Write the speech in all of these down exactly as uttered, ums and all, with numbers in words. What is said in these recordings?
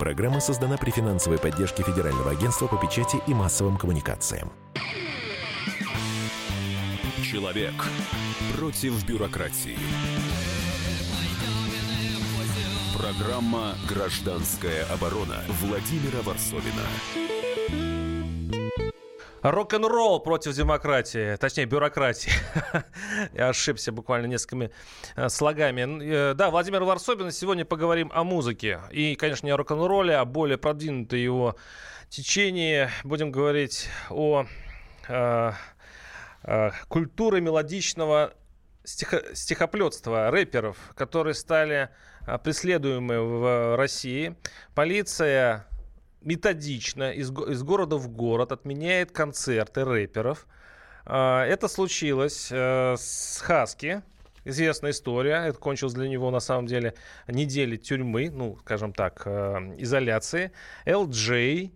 Программа создана при финансовой поддержке Федерального агентства по печати и массовым коммуникациям. Человек против бюрократии. Программа «Гражданская оборона» Владимира Варсовина. Рок-н-ролл против демократии, точнее бюрократии. Я ошибся буквально несколькими слогами. Да, Владимир Варсобин, сегодня поговорим о музыке. И, конечно, не о рок-н-ролле, а более продвинутой его течении. Будем говорить о, о, о культуре мелодичного стихо, стихоплетства рэперов, которые стали преследуемы в России. Полиция методично из, из города в город отменяет концерты рэперов. Это случилось с Хаски. Известная история. Это кончилось для него, на самом деле, недели тюрьмы, ну, скажем так, изоляции. эл джей,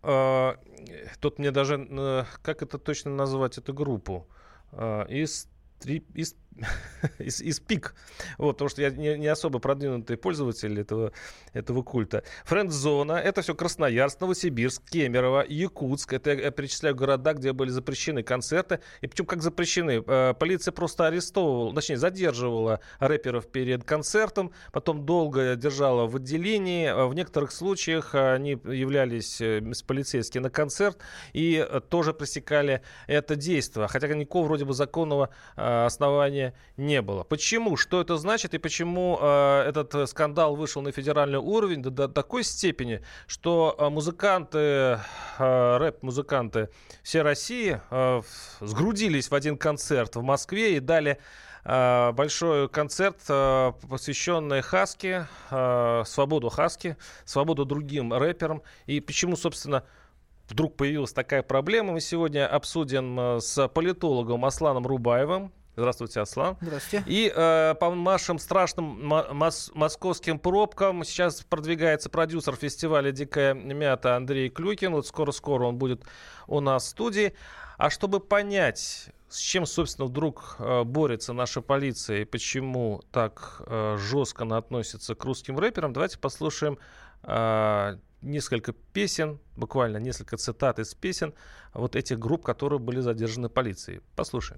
тут мне даже, как это точно назвать, эту группу? Из Из, из, из пик. Вот, потому что я не, не особо продвинутый пользователь этого, этого культа. Френдзона. Это все Красноярск, Новосибирск, Кемерово, Якутск. Это я перечисляю города, где были запрещены концерты. И причем как запрещены? Полиция просто арестовывала, точнее задерживала рэперов перед концертом, потом долго держала в отделении. В некоторых случаях они являлись с полицейскими на концерт и тоже пресекали это действие. Хотя никакого вроде бы законного основания не было. Почему? Что это значит? И почему э, этот скандал вышел на федеральный уровень до, до такой степени, что э, музыканты, э, рэп-музыканты всей России э, сгрудились в один концерт в Москве и дали э, большой концерт, э, посвященный Хаски, э, свободу Хаски, свободу другим рэперам. И почему, собственно, вдруг появилась такая проблема, мы сегодня обсудим с политологом Асланом Рубаевым. Здравствуйте, Аслан. Здравствуйте. И э, по нашим страшным мос- московским пробкам сейчас продвигается продюсер фестиваля «Дикая мята» Андрей Клюкин. Вот скоро-скоро он будет у нас в студии. А чтобы понять, с чем, собственно, вдруг э, борется наша полиция и почему так э, жестко она относится к русским рэперам, давайте послушаем э, несколько песен, буквально несколько цитат из песен вот этих групп, которые были задержаны полицией. Послушаем.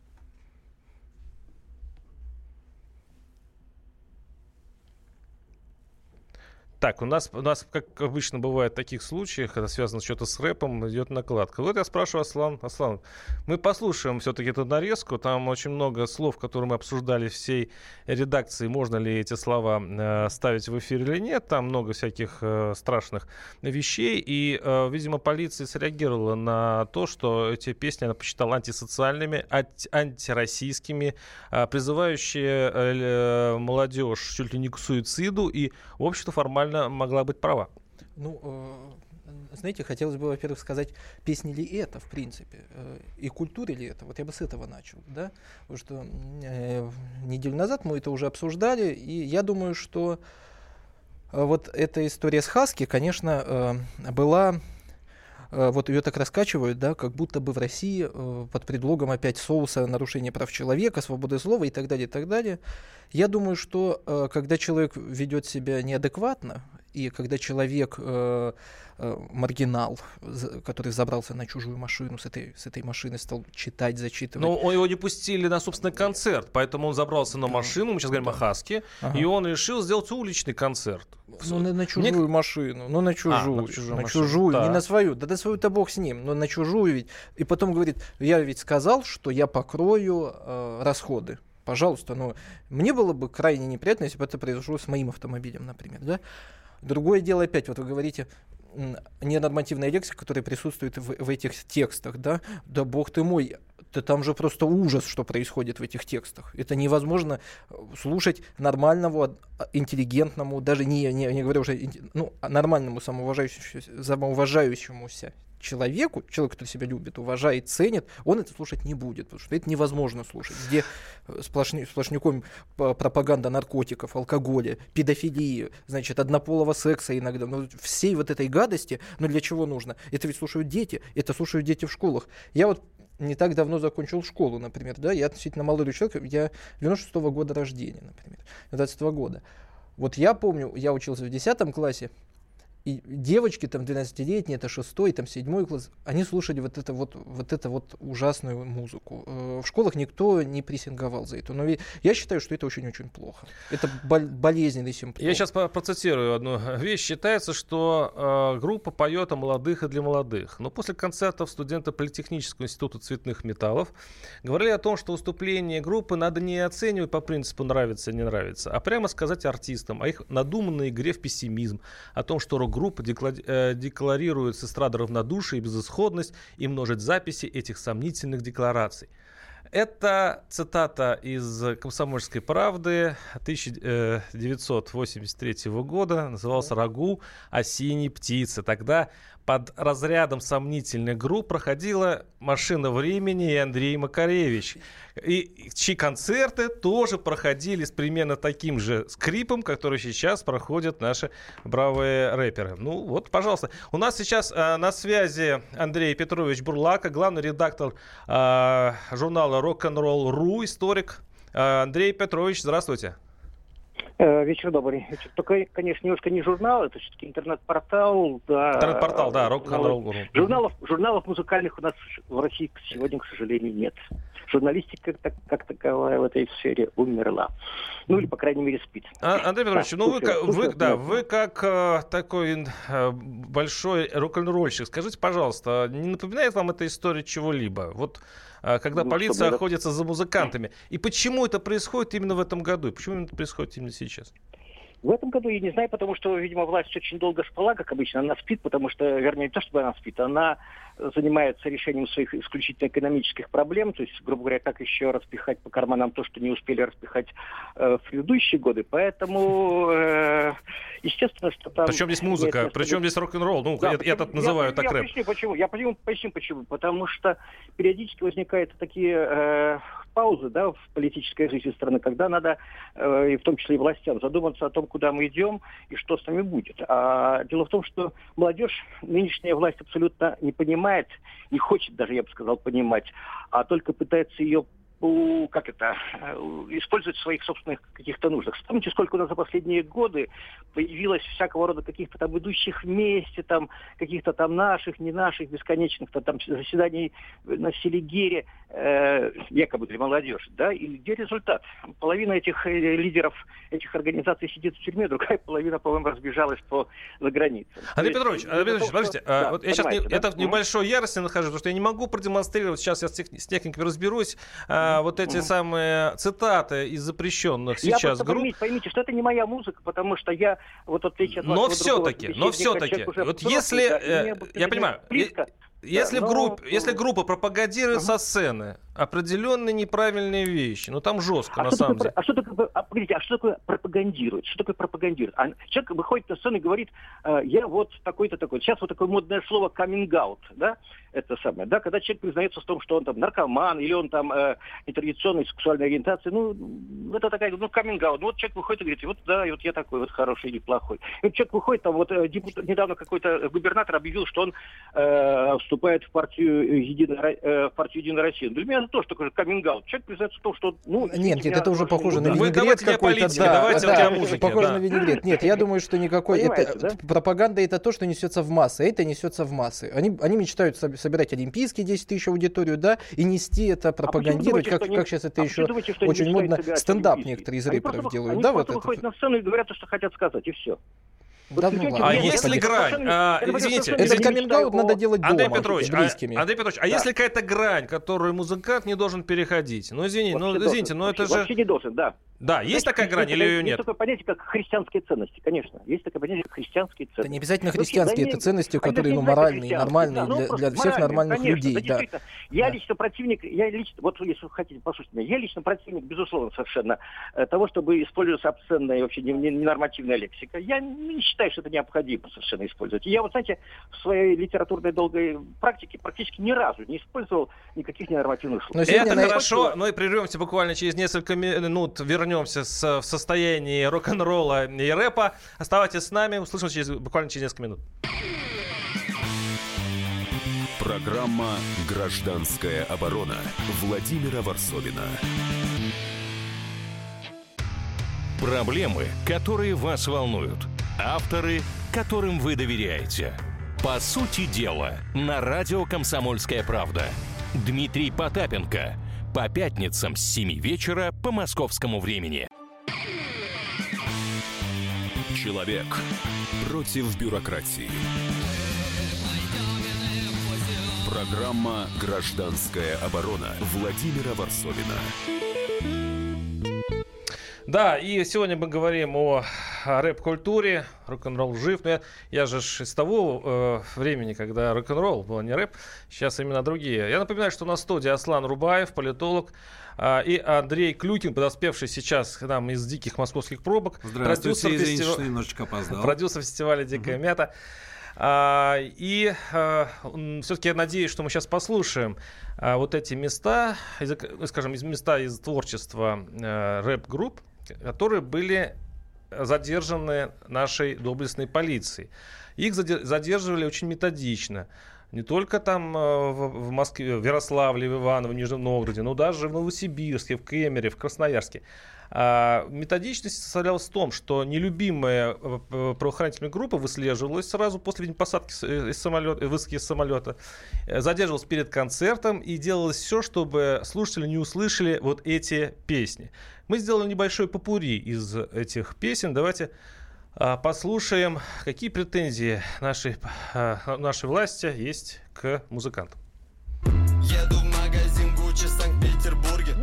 Так, у нас, у нас, как обычно бывает в таких случаях, когда связано что-то с рэпом, идет накладка. Вот я спрашиваю Аслан, Аслан, мы послушаем все-таки эту нарезку, там очень много слов, которые мы обсуждали всей редакции, можно ли эти слова э, ставить в эфир или нет, там много всяких э, страшных вещей, и, э, видимо, полиция среагировала на то, что эти песни она посчитала антисоциальными, анти- антироссийскими, э, призывающие э, молодежь чуть ли не к суициду, и, в общем-то, формально могла быть права. Ну, э, знаете, хотелось бы, во-первых, сказать, песни ли это, в принципе, э, и культуре ли это. Вот я бы с этого начал, да, потому что э, неделю назад мы это уже обсуждали, и я думаю, что э, вот эта история с Хаски, конечно, э, была... Вот ее так раскачивают, да, как будто бы в России э, под предлогом опять соуса нарушения прав человека, свободы слова и так далее, и так далее. Я думаю, что э, когда человек ведет себя неадекватно, и когда человек, э, э, маргинал, за, который забрался на чужую машину, с этой, с этой машины стал читать, зачитывать. Но его не пустили на собственный концерт, поэтому он забрался на машину, мы сейчас говорим да. о Хаске, ага. и он решил сделать уличный концерт. Ну, на, на чужую Мне... машину, ну, на чужую, а, на чужую, на чужую да. не на свою, да на свою-то бог с ним, но на чужую ведь. И потом говорит, я ведь сказал, что я покрою э, расходы. Пожалуйста, ну, мне было бы крайне неприятно, если бы это произошло с моим автомобилем, например, да. Другое дело опять, вот вы говорите, ненормативная лексика, которая присутствует в, в этих текстах, да, да бог ты мой, да там же просто ужас, что происходит в этих текстах. Это невозможно слушать нормальному, интеллигентному, даже не, не, не говоря уже, ну, нормальному самоуважающемуся, самоуважающемуся человеку, человек, который себя любит, уважает, ценит, он это слушать не будет, потому что это невозможно слушать. Где сплошня, сплошняком пропаганда наркотиков, алкоголя, педофилии, значит, однополого секса иногда, ну, всей вот этой гадости, но для чего нужно? Это ведь слушают дети, это слушают дети в школах. Я вот не так давно закончил школу, например, да, я относительно молодой человек, я девяносто шестого года рождения, например, двадцатого года. Вот я помню, я учился в десятом классе, И девочки, там, двенадцатилетние, это шестой, там, седьмой класс, они слушали вот это вот, вот это вот ужасную музыку. В школах никто не прессинговал за это. Но я считаю, что это очень-очень плохо. Это бол- болезненный симптом. Я сейчас процитирую одну вещь. Считается, что э, группа поет о молодых и для молодых. Но после концертов студенты Политехнического института цветных металлов говорили о том, что выступление группы надо не оценивать по принципу нравится, не нравится, а прямо сказать артистам о их надуманной игре в пессимизм, о том, что рок-группа декларирует с эстрады равнодушие и безысходность и множит записи этих сомнительных деклараций. Это цитата из «Комсомольской правды» тысяча девятьсот восемьдесят третьего года, назывался «Рагу о синей птице». Тогда под разрядом сомнительных групп проходила «Машина времени» и Андрей Макаревич. И чьи концерты тоже проходили с примерно таким же скрипом, который сейчас проходят наши бравые рэперы. Ну вот, пожалуйста. У нас сейчас э, на связи Андрей Петрович Бурлака, главный редактор э, журнала «Рок-н-ролл.ру», историк. Э, Андрей Петрович, здравствуйте. Вечер добрый. Только, конечно, немножко не журнал, это все-таки интернет-портал. Да, интернет-портал, да, рок-н-ролл. Журналов, журналов музыкальных у нас в России сегодня, к сожалению, нет. Журналистика как, как таковая в этой сфере умерла. Ну, или, по крайней мере, спит. А, Андрей Петрович, да, ну слушай, вы, слушай, вы, да, вы как э, такой э, большой рок-н-ролльщик, скажите, пожалуйста, не напоминает вам эта история чего-либо? Вот э, когда ну, полиция чтобы... охотится за музыкантами. И почему это происходит именно в этом году? И почему это происходит именно сейчас? В этом году я не знаю, потому что, видимо, власть очень долго спала, как обычно. Она спит, потому что, вернее, не то, чтобы она спит, она занимается решением своих исключительно экономических проблем. То есть, грубо говоря, как еще распихать по карманам то, что не успели распихать э, в предыдущие годы. Поэтому, э, естественно, что там... Причем здесь музыка? Причем здесь рок-н-ролл? Ну, да, я, я тут называю я, так я рэп. Поясню, почему. Я поясню, поясню, почему. Потому что периодически возникают такие... Э, паузы, да, в политической жизни страны, когда надо, э, и в том числе и властям, задуматься о том, куда мы идем и что с нами будет. А дело в том, что молодежь, нынешняя власть абсолютно не понимает, не хочет даже, я бы сказал, понимать, а только пытается ее как это, использовать в своих собственных каких-то нуждах. Вспомните, сколько у нас за последние годы появилось всякого рода каких-то там идущих вместе, там, каких-то там наших, не наших, бесконечных там заседаний на Селигере, э, якобы для молодежи, да, и где результат? Половина этих лидеров этих организаций сидит в тюрьме, другая половина, по-моему, разбежалась по заграницам. Андрей Петрович, Андрей Петрович, подождите, да, вот я сейчас не, да? это в небольшой ярости нахожусь, потому что я не могу продемонстрировать, сейчас я с, тех, с техникой разберусь, а, вот эти mm. самые цитаты из запрещенных сейчас я групп. Поймите, поймите, что это не моя музыка, потому что я вот отличие от но все-таки, но все-таки, вот если, э, я понимаю, близко, если, да, в групп, но... если группа пропагандирует uh-huh. со сцены определенные неправильные вещи, ну там жестко, а на самом такое, деле. А что такое, а, погодите, а что такое пропагандирует? Что такое пропагандирует? А человек выходит на сцену и говорит, э, я вот такой-то такой. Сейчас вот такое модное слово coming out, да, это самое, да, когда человек признается в том, что он там наркоман или он там э, нетрадиционной сексуальной ориентации, ну, это такая, ну, coming out. Ну, вот человек выходит и говорит, вот да, и вот я такой вот хороший или плохой. И вот человек выходит, там вот депутат, недавно какой-то губернатор объявил, что он э, вступает в партию Единая, э, в партию Единая Россия. Для меня это тоже такой каминг-аут. Человек признается в том, что... Ну, нет, нет, это уже похоже на винегрет какой-то. Да, давайте да, о музыке. Похоже да. на винегрет. Нет, я думаю, что никакой... Это, да? Пропаганда — это то, что несется в массы. Это несется в массы. Они, они мечтают собирать олимпийские десять тысяч аудиторию, да, и нести это, пропагандировать, а как, как сейчас это а еще думаете, очень модно. Стендап некоторые из рэперов делают. Они да, просто вот выходят это. на сцену и говорят то, что хотят сказать, и все. Да, ну, а а если грань, а, извините, этот каминг-аут надо делать дома, Андрей Петрович, с близкими. А, Андрей Петрович, а да. если какая-то грань, которую музыкант не должен переходить? Ну, извините, ну, извините, но это же... Вообще не должен, да. Да, есть такая грань или ее нет? Есть такое понятие, как христианские ценности, конечно. Есть такое понятие, как христианские ценности. Это не обязательно христианские, это ценности, которые, ну, моральные и нормальные для, для всех нормальных людей. Да. Я лично противник, я лично, вот если вы хотите послушать меня, я лично противник, безусловно, совершенно того, чтобы использоваться обсценная и вообще ненормативная лексика. Я не считаю, что это необходимо совершенно использовать. Я вот, знаете, в своей литературной долгой практике практически ни разу не использовал никаких ненормативных слов. Это хорошо, но и прервемся буквально через несколько минут, вернемся в состоянии рок-н-ролла и рэпа. Оставайтесь с нами, услышимся через, буквально через несколько минут. Программа «Гражданская оборона» Владимира Варсовина. Проблемы, которые вас волнуют. Авторы, которым вы доверяете. По сути дела, на радио «Комсомольская правда». Дмитрий Потапенко. По пятницам с семи вечера по московскому времени. Человек против бюрократии. Программа «Гражданская оборона» Владимира Варсобина. Да, и сегодня мы говорим о рэп-культуре, рок-н-ролл жив. Но я, я же из того э, времени, когда рок-н-ролл был, не рэп, сейчас именно другие. Я напоминаю, что на студии Аслан Рубаев, политолог, э, и Андрей Клюкин, подоспевший сейчас к нам из диких московских пробок. Здравствуйте, извините, фестив... что немножечко опоздал. Продюсер фестиваля «Дикая uh-huh. мята». А, и а, все-таки я надеюсь, что мы сейчас послушаем а, вот эти места, из, скажем, из места из творчества а, рэп-групп, которые были задержаны нашей доблестной полицией. Их задерживали очень методично. Не только там в Москве, в Ярославле, в Иваново, в Нижнем Новгороде, но даже в Новосибирске, в Кемере, в Красноярске. А методичность состоялась в том, что нелюбимая правоохранительная группа выслеживалась сразу после посадки из самолета, высадки из самолета, задерживалась перед концертом и делалось все, чтобы слушатели не услышали вот эти песни. Мы сделали небольшой попурри из этих песен. Давайте а, послушаем, какие претензии нашей, а, нашей власти есть к музыкантам. Еду в магазин Гуччи в Санкт-Петербурге.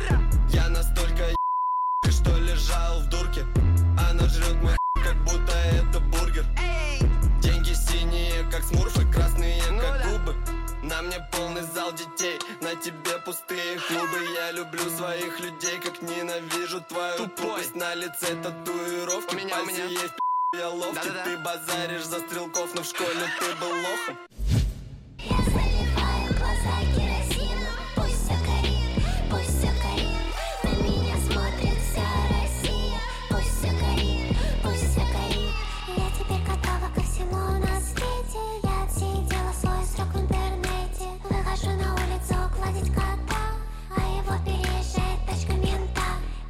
Я настолько е***ый, что лежал в дурке. Она жрет мой как будто это бургер. Деньги синие, как смурфы, красные, как губы. На мне полный зал детей, на тебе пустые клубы. Я люблю своих людей, как ненавижу твою тупость. На лице татуировки, в пальце есть пи***, я ловкий. Ты базаришь за стрелков, но в школе ты был лохом. Я заливаю глаза керосином, пусть все горит, пусть все горит. На меня смотрит вся Россия, пусть все горит, пусть все горит. Я теперь готова ко всему на свете. Я отсидела свой срок в интернете. Выхожу на улицу гладить кота, а его переезжает тачка мента.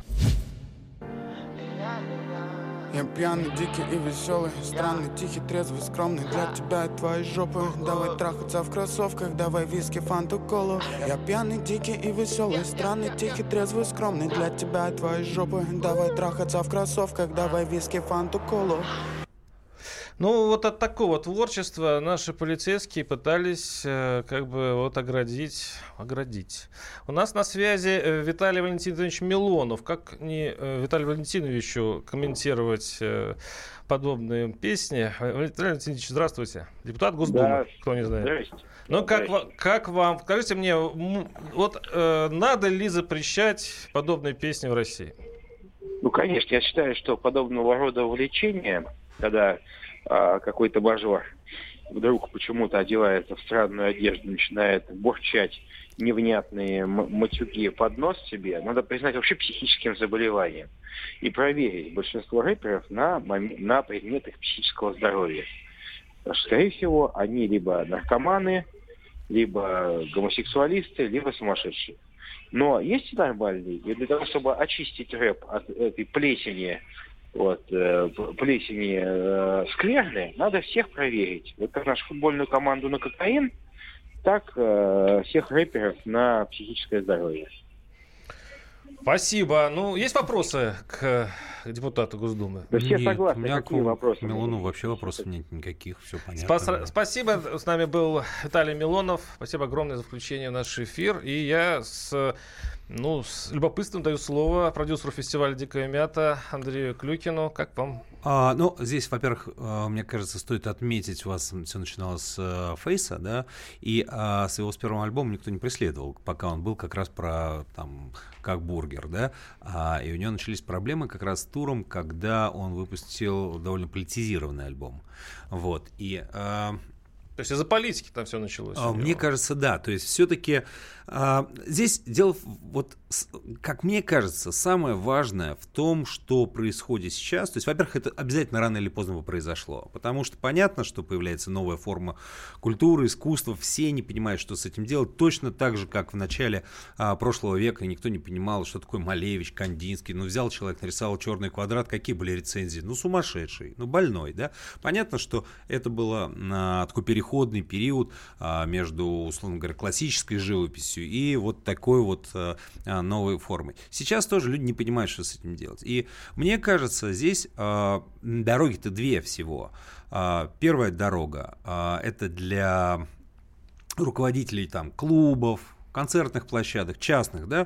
Я пьяный, дикий и веселый, странный, тихий, трезвый, скромный. Для тебя и твоей жопы. Давай трахаться в кроссовках, давай виски, фанту, колу. Я пьяный, дикий и веселый, странный, тихий, трезвый, скромный. Для тебя и твоей жопы. Давай трахаться в кроссовках, давай виски, фанту, колу. Ну, вот от такого творчества наши полицейские пытались э, как бы вот оградить, оградить. У нас на связи э, Виталий Валентинович Милонов. Как не э, Виталию Валентиновичу комментировать э, подобные песни? Виталий Валентинович, здравствуйте. Депутат Госдумы, да, кто не знает. Здрасте. Ну, как, как вам? Скажите мне, вот э, надо ли запрещать подобные песни в России? Ну, конечно, я считаю, что подобного рода увлечения, когда какой-то мажор вдруг почему-то одевается в странную одежду, начинает бурчать невнятные матюки под нос себе, надо признать вообще психическим заболеванием и проверить большинство рэперов на, на предмет их психического здоровья. Потому что, скорее всего, они либо наркоманы, либо гомосексуалисты, либо сумасшедшие. Но есть и нормальные, и для того, чтобы очистить рэп от этой плесени, Вот, э, плесени э, скверные, надо всех проверить. Вот как нашу футбольную команду на кокаин, так э, всех рэперов на психическое здоровье. Спасибо. Ну, есть вопросы к депутату Госдумы? Да все нет, согласны. У меня какие к вопросы? Милону вообще вопросов нет никаких, все понятно. Спас... Да. Спасибо. С нами был Виталий Милонов. Спасибо огромное за включение в наш эфир. И я с, ну, с любопытством даю слово продюсеру фестиваля «Дикая мята» Андрею Клюкину. Как вам? А, ну, здесь, во-первых, мне кажется, стоит отметить, у вас все начиналось с Фейса, да, и а, с его с первым альбомом никто не преследовал, пока он был как раз про, там, как бургер, да, а, и у него начались проблемы как раз с туром, когда он выпустил довольно политизированный альбом, вот, и... А, То есть из-за политики там все началось? А, мне кажется, да. То есть все-таки а, здесь дело, вот, как мне кажется, самое важное в том, что происходит сейчас. То есть, во-первых, это обязательно рано или поздно бы произошло. Потому что понятно, что появляется новая форма культуры, искусства. Все не понимают, что с этим делать. Точно так же, как в начале а, прошлого века никто не понимал, что такое Малевич, Кандинский. Ну, взял человек, нарисовал черный квадрат. Какие были рецензии? Ну, сумасшедший, ну, больной, да. Понятно, что это было а, такой переходный период а, между, условно говоря, классической живописью и вот такой вот а, новой формой. Сейчас тоже люди не понимают, что с этим делать. И мне кажется, здесь а, дороги-то две всего. А, первая дорога а, это для руководителей там, клубов, концертных площадок, частных, да,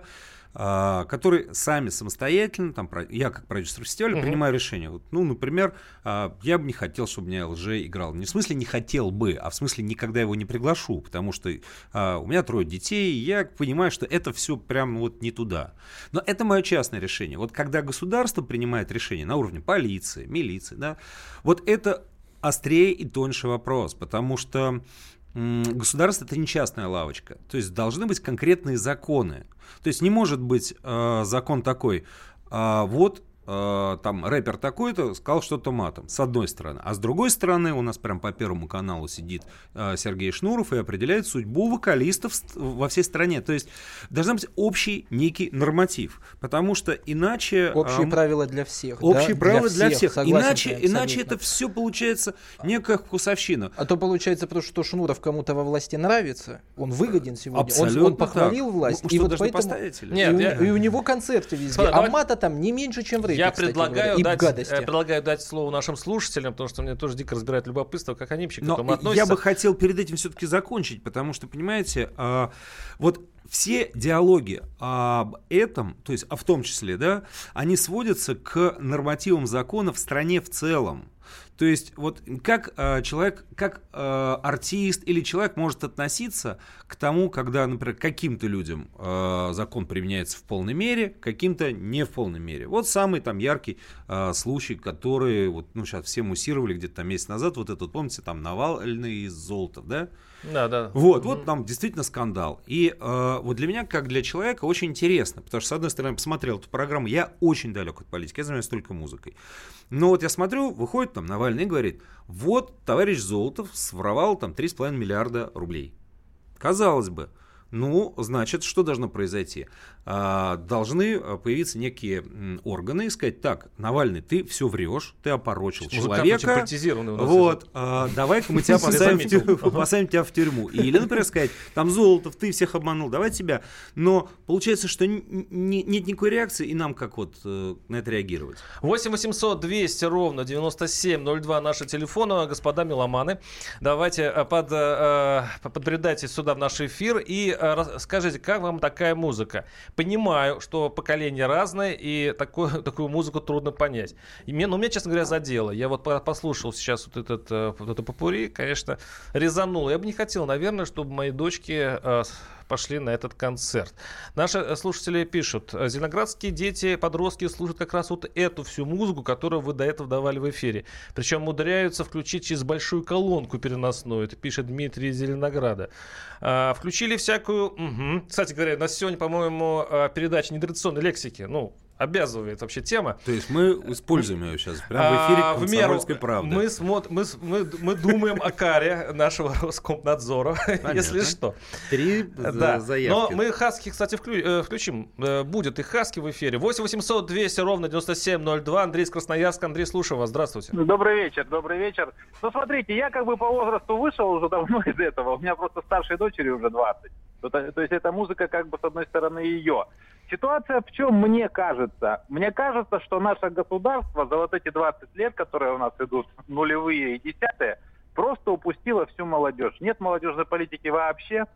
которые сами самостоятельно, там, я как продюсер фестиваля, uh-huh. принимаю решение. Вот, ну, например, я бы не хотел, чтобы у меня эл джей играл. Не в смысле не хотел бы, а в смысле никогда его не приглашу, потому что у меня трое детей, и я понимаю, что это все прям вот не туда. Но это мое частное решение. Вот когда государство принимает решение на уровне полиции, милиции, да, вот это острее и тоньше вопрос, потому что государство — это не частная лавочка. То есть должны быть конкретные законы. То есть не может быть э, закон такой, э, вот э, там рэпер такой-то сказал что-то матом, с одной стороны. А с другой стороны у нас прям по Первому каналу сидит э, Сергей Шнуров и определяет судьбу вокалистов во всей стране. То есть должен быть общий некий норматив, потому что иначе... Общие э, правила для всех. Общие да? правила для для всех. всех. Иначе, иначе это все получается некая вкусовщина. А то получается, потому что Шнуров кому-то во власти нравится, он выгоден сегодня. Абсолютно он, он похвалил так. власть. Ну, и вот поэтому... поставить, Нет, и, я... у, и у него концерты везде. Смотри, а давай... мата там не меньше, чем в рэпе, Я кстати, предлагаю, говоря, дать, предлагаю дать слово нашим слушателям, потому что мне тоже дико разбирает любопытство, как они вообще к этому относятся. Я бы хотел перед этим все-таки закончить, потому что, понимаете, а, вот все диалоги об этом, то есть, а в том числе, да, они сводятся к нормативам закона в стране в целом. То есть, вот как э, человек, как э, артист или человек может относиться к тому, когда, например, каким-то людям э, закон применяется в полной мере, каким-то не в полной мере. Вот самый там яркий э, случай, который вот, ну, сейчас все муссировали где-то там месяц назад, вот этот, помните, там Навальный из Золотов, да? Да, да. Вот, mm-hmm. вот там действительно скандал. И э, вот для меня, как для человека, очень интересно, потому что, с одной стороны, я посмотрел эту программу, я очень далек от политики, я занимаюсь только музыкой. Но вот я смотрю, выходит там Навальный и говорит, вот товарищ Золотов своровал там три с половиной миллиарда рублей. Казалось бы, ну, значит, что должно произойти? А, должны появиться некие органы и сказать, так, Навальный, ты все врешь, ты опорочил человека. Вот, а, давай-ка мы тебя посадим, в, посадим тебя в тюрьму. Или, например, сказать, там, Золотов, ты всех обманул, давай тебя. Но получается, что н- н- нет никакой реакции, и нам как вот э, на это реагировать? восемь восемьсот двести ровно девяносто семь ноль два наши телефоны, господа меломаны. Давайте под, э, подбредайте сюда в наш эфир и э, скажите, как вам такая музыка? Понимаю, что поколения разные, и такую, такую музыку трудно понять. И мне, ну, меня, честно говоря, задело. Я вот послушал сейчас вот, этот, вот это попурри, конечно, резануло. Я бы не хотел, наверное, чтобы мои дочки э, пошли на этот концерт. Наши слушатели пишут, зеленоградские дети, подростки слушают как раз вот эту всю музыку, которую вы до этого давали в эфире. Причем умудряются включить через большую колонку переносную. Это пишет Дмитрий из Зеленограда. А, включили всякую... Угу. Кстати говоря, у нас сегодня, по-моему, передача нетрадиционной лексики. Ну, обязывает вообще тема. То есть мы используем ее сейчас прямо в эфире а, «Комсомольской правды». Мы, смотр, мы, мы, мы думаем о каре нашего Роскомнадзора, если что. Три да. заявки. Но мы хаски, кстати, вклю, включим. Будет и хаски в эфире. восемь восемьсот двести ровно девяносто семь ноль два. Андрей из Красноярска. Андрей, слушаю вас. Здравствуйте. Добрый вечер, добрый вечер. Ну, смотрите, я как бы по возрасту вышел уже давно из этого. У меня просто старшей дочери уже двадцать. То, то есть эта музыка как бы с одной стороны ее. Ситуация в чем, мне кажется? Мне кажется, что наше государство за вот эти двадцать лет, которые у нас идут, нулевые и десятые, просто упустило всю молодежь. Нет молодежной политики вообще.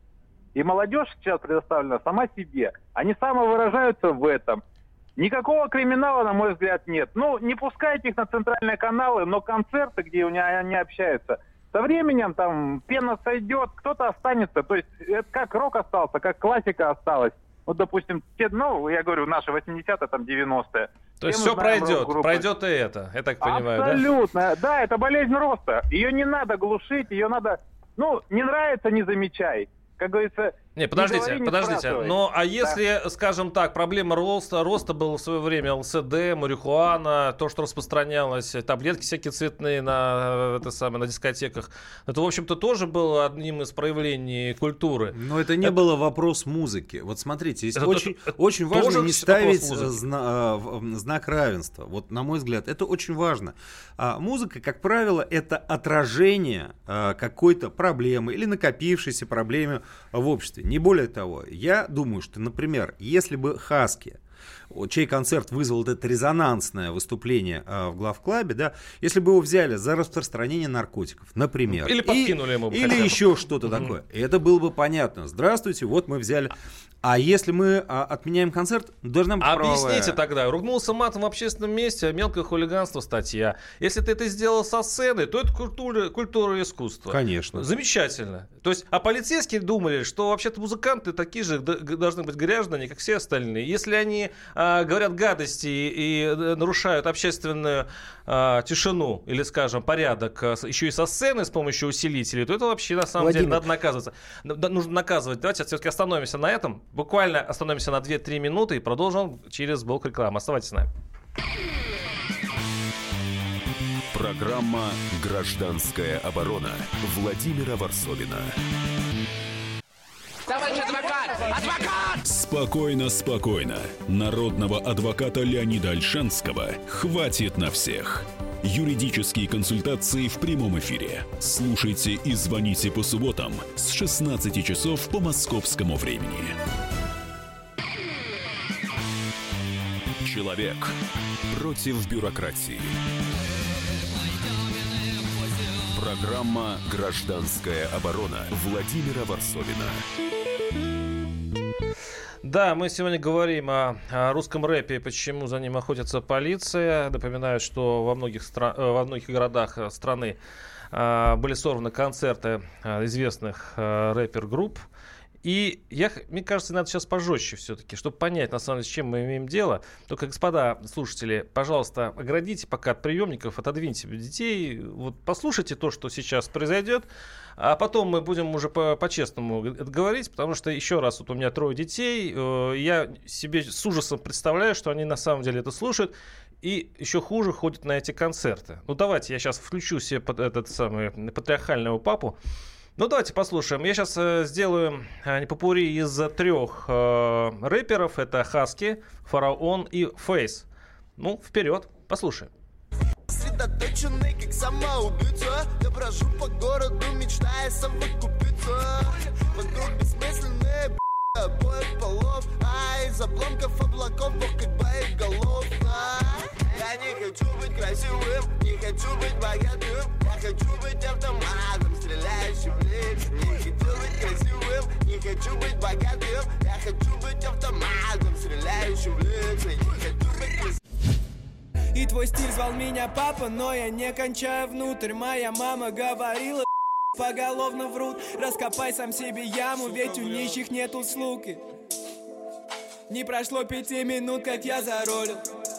И молодежь сейчас предоставлена сама себе. Они самовыражаются в этом. Никакого криминала, на мой взгляд, нет. Ну, не пускайте их на центральные каналы, но концерты, где они общаются, со временем там пена сойдет, кто-то останется. То есть это как рок остался, как классика осталась. Вот, допустим, те, ну, я говорю, наши восьмидесятые, там, девяностые. То есть все пройдет, пройдет и это, я так понимаю, Абсолютно, да? да, это болезнь роста. Ее не надо глушить, ее надо Ну, не нравится, не замечай. Как говорится... Не, подождите, не говори, не подождите. спрашивай. Ну, а если, да. скажем так, проблема роста, роста была в свое время ЛСД, марихуана, то, что распространялось, таблетки всякие цветные на, это самое, на дискотеках, это, в общем-то, тоже было одним из проявлений культуры. Но это не это... было вопрос музыки. Вот смотрите, здесь это очень, то, очень важно не ставить зна- зна- знак равенства. Вот, на мой взгляд, это очень важно. А музыка, как правило, это отражение а, какой-то проблемы или накопившейся проблемы в обществе. Не более того, я думаю, что, например, если бы Хаски, чей концерт вызвал вот это резонансное выступление э, в главклабе, да, если бы его взяли за распространение наркотиков, например, или подкинули ему, или еще что-то mm-hmm. такое, это было бы понятно. Здравствуйте, вот мы взяли. А если мы а, отменяем концерт, должна быть правовая. Объясните тогда. Ругнулся матом в общественном месте, мелкое хулиганство, статья. Если ты это сделал со сцены, то это культура, культура и искусство. Конечно. Замечательно. То есть, а полицейские думали, что вообще-то музыканты такие же должны быть граждане, как все остальные. Если они а, говорят гадости и, и нарушают общественную а, тишину или, скажем, порядок а, еще и со сцены с помощью усилителей, то это вообще на самом Владимир. деле надо наказываться. Нужно наказывать. Давайте все-таки остановимся на этом. Буквально остановимся на две-три минуты и продолжим через блок рекламы. Оставайтесь с нами. Программа «Гражданская оборона» Владимира Варсобина. Товарищ адвокат! Адвокат! Спокойно, спокойно. Народного адвоката Леонида Ольшанского хватит на всех. Юридические консультации в прямом эфире. Слушайте и звоните по субботам с шестнадцати часов по московскому времени. Человек против бюрократии. Программа «Гражданская оборона» Владимира Варсобина. Да, мы сегодня говорим о, о русском рэпе, почему за ним охотится полиция. Напоминаю, что во многих, стра- во многих городах страны э, были сорваны концерты э, известных э, рэпер-групп. И я, мне кажется, надо сейчас пожестче все-таки, чтобы понять, на самом деле, с чем мы имеем дело. Только, господа слушатели, пожалуйста, оградите пока от приемников, отодвиньте детей, вот послушайте то, что сейчас произойдет, а потом мы будем уже по- по-честному говорить, потому что, еще раз, вот у меня трое детей, э, я себе с ужасом представляю, что они на самом деле это слушают, и еще хуже ходят на эти концерты. Ну, давайте я сейчас включу себе под этот самый патриархального папу. Ну, давайте послушаем. Я сейчас э, сделаю э, попурри из трех э, рэперов. Это Хаски, Фараон и Фейс. Ну, вперед, послушаем. Сосредоточенный, как самоубийца. Я брожу по городу, мечтая совокупиться. Вокруг бессмысленные б***ь, обоих полов. А из обломков облаков, бог как боеголов. Я не хочу быть красивым, не хочу быть богатым. Я хочу быть автоматом, стреляющим в лиц. Не хочу быть красивым, не хочу быть богатым. Я хочу быть автоматом, стреляющим в лиц. Не хочу быть красивым. И твой стиль звал меня папа, но я не кончаю внутрь. Моя мама говорила, поголовно врут. Раскопай сам себе яму, ведь у нищих нету слуг. Не прошло пяти минут, как я заролил.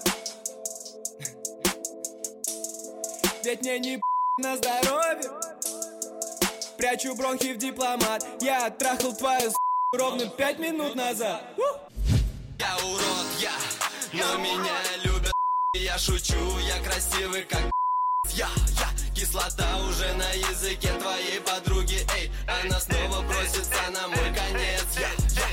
Ведь мне не на здоровье. Прячу бронхи в дипломат. Я оттрахал твою с*** ровно пять минут назад. Я урод, я, но меня любят. Я шучу, я красивый как я, я. Кислота уже на языке твоей подруги. Эй, она снова бросится на мой конец. Я, я.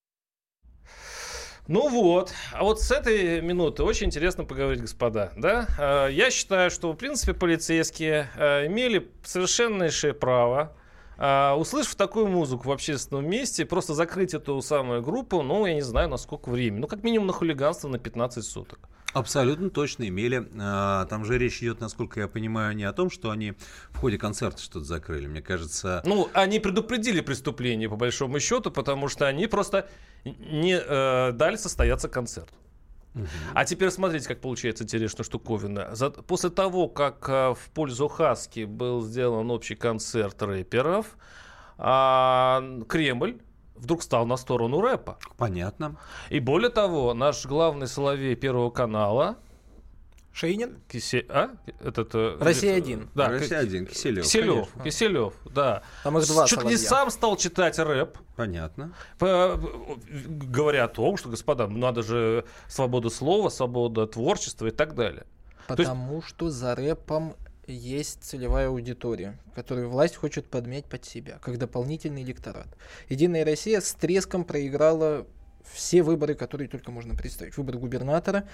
Ну вот, а вот с этой минуты очень интересно поговорить, господа, да? Я считаю, что, в принципе, полицейские имели совершеннейшее право, услышав такую музыку в общественном месте, просто закрыть эту самую группу, ну, я не знаю, на сколько времени, ну, как минимум на хулиганство на пятнадцать суток. Абсолютно точно имели. Там же речь идет, насколько я понимаю, не о том, что они в ходе концерта что-то закрыли. Мне кажется... Ну, они предупредили преступление, по большому счету, потому что они просто не э, дали состояться концерту. Угу. А теперь смотрите, как получается интересная штуковина. За, после того, как э, в пользу Хаски был сделан общий концерт рэперов, э, Кремль вдруг стал на сторону рэпа. Понятно. И более того, наш главный соловей Первого канала Шейнин? Кисе... А? Этот, Россия-один. Да, Россия-один, Киселев. Киселев, конечно. Киселев, да. Там их два Чуть соловья. не сам стал читать рэп. Понятно. По... Говоря о том, что, господа, надо же свобода слова, свобода творчества и так далее. Потому есть... что за рэпом есть целевая аудитория, которую власть хочет подмять под себя, как дополнительный электорат. Единая Россия с треском проиграла все выборы, которые только можно представить. Выбор губернатора.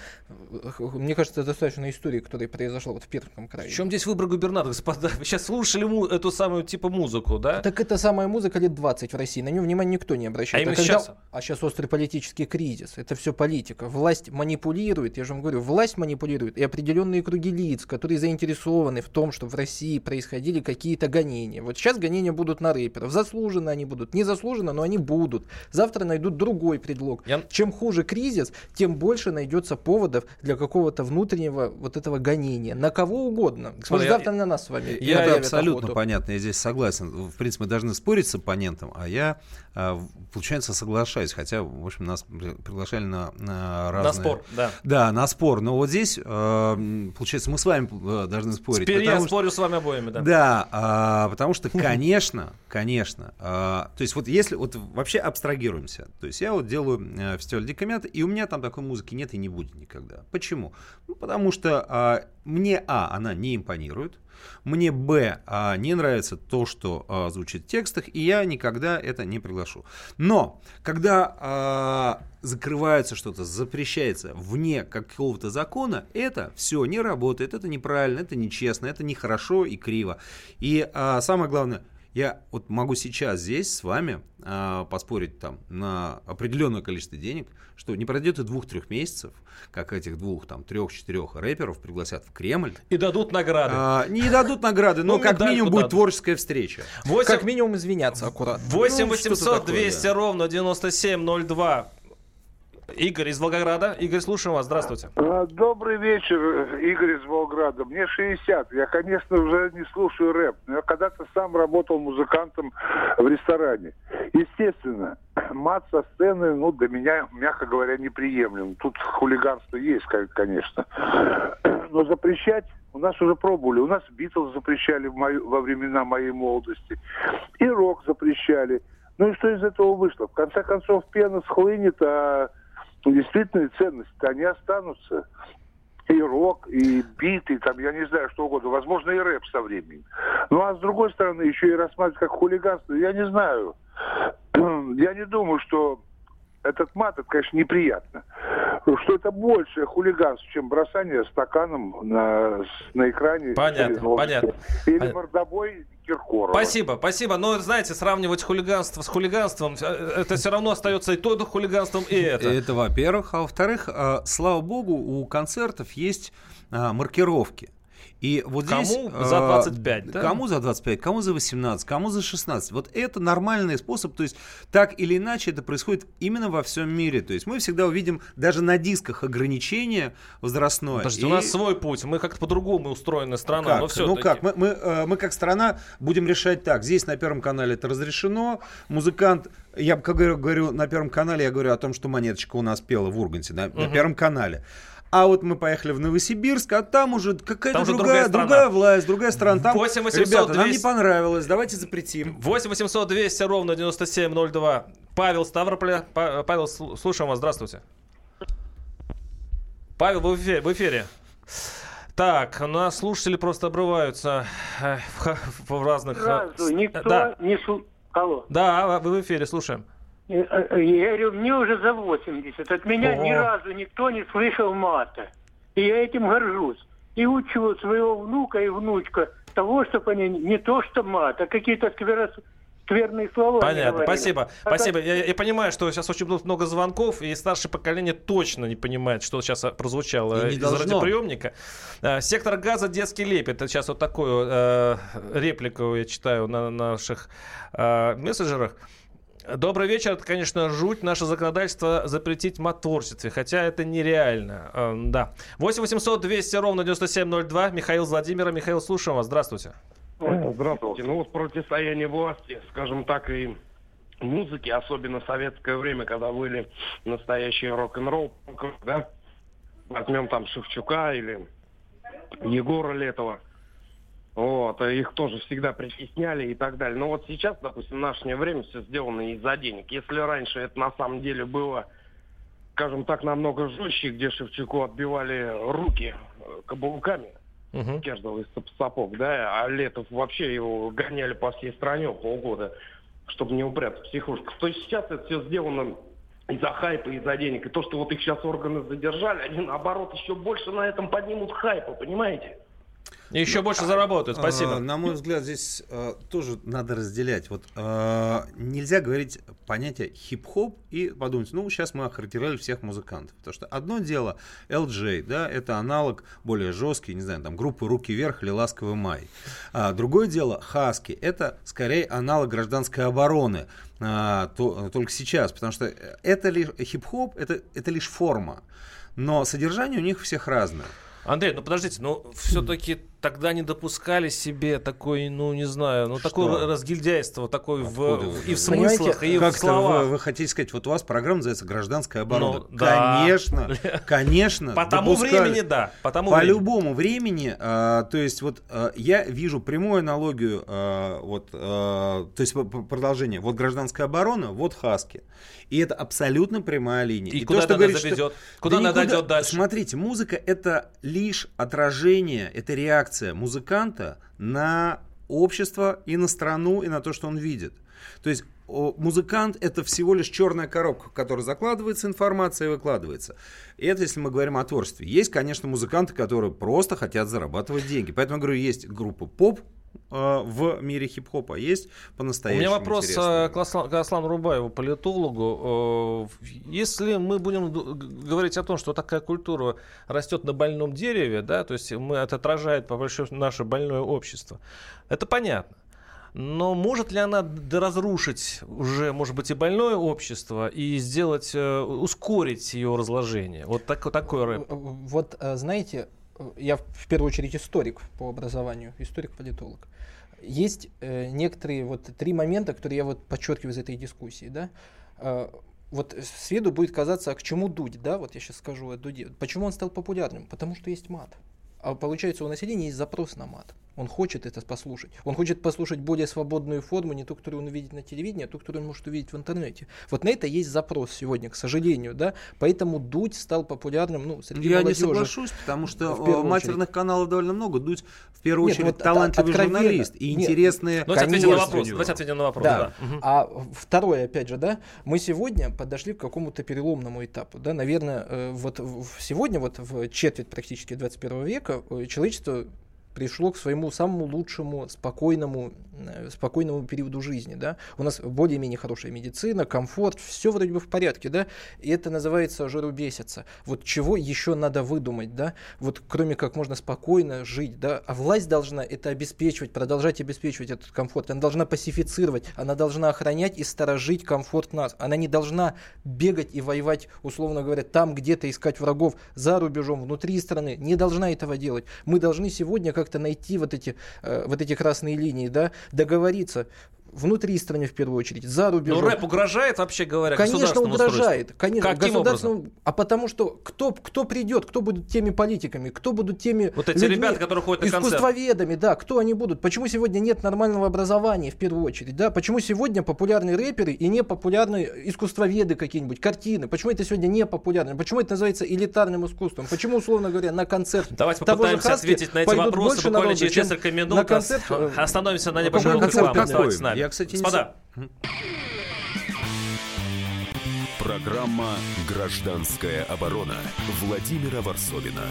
Мне кажется, это достаточно истории, которая произошла вот в Пермском крае. В чем здесь выбор губернатора, господа? Вы сейчас слушали му- эту самую типа музыку, да? Так это самая музыка лет двадцать в России. На нее внимания никто не обращает. А, а, когда... сейчас? а сейчас острый политический кризис. Это все политика. Власть манипулирует, я же вам говорю, власть манипулирует. И определенные круги лиц, которые заинтересованы в том, что в России происходили какие-то гонения. Вот сейчас гонения будут на рэперов. Заслуженно они будут, не заслуженно, но они будут. Завтра найдут другой предлог. Я... Чем хуже кризис, тем больше найдется поводов для какого-то внутреннего вот этого гонения. На кого угодно. Смотри, я... завтра на нас с вами. Я, это абсолютно охоту. Понятно, я здесь согласен. В принципе, мы должны спорить с оппонентом, а я, получается, соглашаюсь. Хотя, в общем, нас приглашали на, на разные... На спор, да. Да, на спор. Но вот здесь, получается, мы с вами должны спорить. Теперь я спорю что... с вами обоими, да. Да, потому что, конечно, конечно, то есть вот если вот вообще абстрагируемся, то есть я вот делаю фестиваль «Дикая мята», и у меня там такой музыки нет и не будет никогда. Почему? Ну, потому что а, мне, а, она не импонирует, мне, б, а, не нравится то, что а, звучит в текстах, и я никогда это не приглашу. Но, когда а, закрывается что-то, запрещается вне какого-то закона, это все не работает, это неправильно, это нечестно, это нехорошо и криво. И а, самое главное, я вот могу сейчас здесь с вами а, поспорить там на определенное количество денег, что не пройдет и двух-трех месяцев, как этих двух, там, трех-четырех рэперов пригласят в Кремль. И дадут награды. А, не дадут награды, но ну, как минимум будет творческая встреча. восемь... Как минимум извиняться аккуратно. восемь восемьсот двести ровно девяносто семь ноль два. Игорь из Волгограда. Игорь, слушаем вас. Здравствуйте. Добрый вечер, Игорь из Волгограда. Мне шестьдесят. Я, конечно, уже не слушаю рэп, но я когда-то сам работал музыкантом в ресторане. Естественно, мат со сцены, ну, для меня, мягко говоря, неприемлем. Тут хулиганство есть, конечно. Но запрещать у нас уже пробовали. У нас Битлз запрещали в мою, во времена моей молодости. И рок запрещали. Ну и что из этого вышло? В конце концов, пена схлынет, а действительно ценности-то они останутся. И рок, и биты, там, я не знаю, что угодно. Возможно, и рэп со временем. Ну, а с другой стороны, еще и рассматривать как хулиганство. Я не знаю. Я не думаю, что этот мат, это, конечно, неприятно. Что это большее хулиганство, чем бросание стаканом на, на экране. Понятно, понятно. Или мордобой Киркорова. Спасибо, спасибо. Но, знаете, сравнивать хулиганство с хулиганством, это все равно остается и то хулиганством, и это. Это, во-первых. А во-вторых, слава богу, у концертов есть маркировки. И вот кому здесь, за двадцать пять, э, да? Кому за двадцать пять, кому за восемнадцать, кому за шестнадцать. Вот это нормальный способ, то есть так или иначе это происходит именно во всем мире. То есть мы всегда увидим даже на дисках ограничение возрастное. Подождите, и... у нас свой путь, мы как-то по-другому устроена страна. Как? Но все ну как, мы, мы, мы как страна будем решать так. Здесь на Первом канале это разрешено. Музыкант, я как говорю, говорю на Первом канале, я говорю о том, что Монеточка у нас пела в Урганте, на, угу. на Первом канале. А вот мы поехали в Новосибирск, а там уже какая-то там другая, другая, другая власть, другая страна. Там, восемь восемьсот ребята, двести... нам не понравилось, давайте запретим. восемь восемьсот двести ровно девяносто семь ноль два. Павел Ставрополя. Павел, слушаем вас, здравствуйте. Павел, вы в эфире. В эфире. Так, у нас слушатели просто обрываются в, в разных... Сразу никто да. не... Шу... Алло. Да, вы в эфире, слушаем. Я говорю, мне уже за восемьдесят. От меня О. ни разу никто не слышал мата. И я этим горжусь. И учу своего внука и внучка того, чтобы они не то что мат, а какие-то скверос... скверные слова. Понятно, спасибо. А спасибо. Так... Я, я понимаю, что сейчас очень много звонков, и старшее поколение точно не понимает, что сейчас прозвучало из должно. радиоприемника. Сектор газа, детский лепет. Это сейчас вот такую э, реплику я читаю на наших э, мессенджерах. Добрый вечер. Это, конечно, жуть. Наше законодательство запретить мат в творчестве, хотя это нереально. Э, да. восемь восемьсот двести ровно девяносто семь ноль два. Михаил из Владимира. Михаил, слушаем вас. Здравствуйте. Здравствуйте. Ну вот противостояние власти, скажем так, и музыки, особенно в советское время, когда были настоящие рок-н-ролл, да? Возьмем там Шевчука или Егора Летова. Вот, их тоже всегда притесняли и так далее. Но вот сейчас, допустим, в наше время все сделано из-за денег. Если раньше это на самом деле было, скажем так, намного жестче, где Шевчуку отбивали руки каблуками, uh-huh. каждого из сапог, да, а Летов вообще его гоняли по всей стране полгода, чтобы не упрятать в психушку. То есть сейчас это все сделано из-за хайпа, из-за денег. И то, что вот их сейчас органы задержали, они, наоборот, еще больше на этом поднимут хайпа, понимаете? И еще больше заработают. Спасибо. На мой взгляд, здесь э, тоже надо разделять. Вот э, нельзя говорить понятие хип-хоп и подумать, ну, сейчас мы охарактеризовали всех музыкантов. Потому что одно дело, эл джей, да, это аналог более жесткий, не знаю, там, группы «Руки вверх» или «Ласковый май». А другое дело, хаски, это скорее аналог гражданской обороны. А, то, только сейчас, потому что это лишь хип-хоп, это, это лишь форма. Но содержание у них всех разное. Андрей, ну подождите, но все-таки тогда не допускали себе такой, ну не знаю, ну что? Такое разгильдяйство, такое в, и в смыслах, и как в словах. Вы, вы хотите сказать, вот у вас программа называется «Гражданская оборона». Ну, конечно, да. конечно. По тому времени, да. По, тому по времени. любому времени, а, то есть вот а, я вижу прямую аналогию, а, вот, а, то есть продолжение, вот «Гражданская оборона», вот «Хаски». И это абсолютно прямая линия. И, и куда то, она заведет? Что... Куда да она никуда... дойдет дальше? Смотрите, музыка — это лишь отражение, это реакция музыканта на общество и на страну, и на то, что он видит. То есть музыкант — это всего лишь черная коробка, в которой закладывается информация и выкладывается. И это если мы говорим о творчестве. Есть, конечно, музыканты, которые просто хотят зарабатывать деньги. Поэтому я говорю, есть группа поп в мире хип-хопа, есть по-настоящему. У меня вопрос к Аслану, Аслану Рубаеву, политологу. Если мы будем говорить о том, что такая культура растет на больном дереве, да, то есть мы, это отражает по большому наше больное общество, это понятно. Но может ли она доразрушить уже, может быть, и больное общество и сделать, ускорить ее разложение? Вот так, такой рэп. Вот, знаете, я в первую очередь историк по образованию, историк-политолог. Есть э, некоторые вот три момента, которые я вот подчеркиваю из этой дискуссии, да. Э, вот с виду будет казаться, а к чему Дудь, да, вот я сейчас скажу о Дуде. Почему он стал популярным? Потому что есть мат. А получается, у населения есть запрос на мат. Он хочет это послушать. Он хочет послушать более свободную форму, не ту, которую он увидит на телевидении, а ту, которую он может увидеть в интернете. Вот на это есть запрос сегодня, к сожалению, да. Поэтому Дудь стал популярным, ну, среди Я молодежи. не соглашусь, потому что матерных очередь. каналов довольно много. Дудь, в первую Нет, очередь, вот талантливый откровенно. журналист и Нет. интересные... Давайте ответим на вопрос. Давайте ответим на вопрос. Да. Да. Угу. А второе, опять же, да, мы сегодня подошли к какому-то переломному этапу. Да, наверное, вот сегодня, вот в четверть практически двадцать первого века, человечество пришло к своему самому лучшему, спокойному, спокойному периоду жизни, да. У нас более-менее хорошая медицина, комфорт, все вроде бы в порядке, да. И это называется жирубесица. Вот чего еще надо выдумать, да. Вот кроме как можно спокойно жить, да. А власть должна это обеспечивать, продолжать обеспечивать этот комфорт. Она должна пасифицировать, она должна охранять и сторожить комфорт нас. Она не должна бегать и воевать, условно говоря, там где-то искать врагов за рубежом, внутри страны. Не должна этого делать. Мы должны сегодня как-то найти вот эти, э, вот эти красные линии, да, договориться внутри страны в первую очередь, за рубежом. Но рэп угрожает, вообще говоря, конечно, угрожает. Конечно, Каким образом? А потому что кто, кто придет, кто будут теми политиками, кто будут теми вот эти людьми, ребята, которые ходят на концерт. Искусствоведами, да, кто они будут? Почему сегодня нет нормального образования в первую очередь, да? Почему сегодня популярны рэперы и не популярны искусствоведы какие-нибудь, картины? Почему это сегодня не популярно? Почему это называется элитарным искусством? Почему, условно говоря, на концерт Давайте попытаемся ответить на эти вопросы буквально народу, через несколько минут. На концерт... Остановимся на небольшой рекламе. Оставайтесь с нами. Я, кстати, не Господа. Программа «Гражданская оборона» Владимира Варсовина.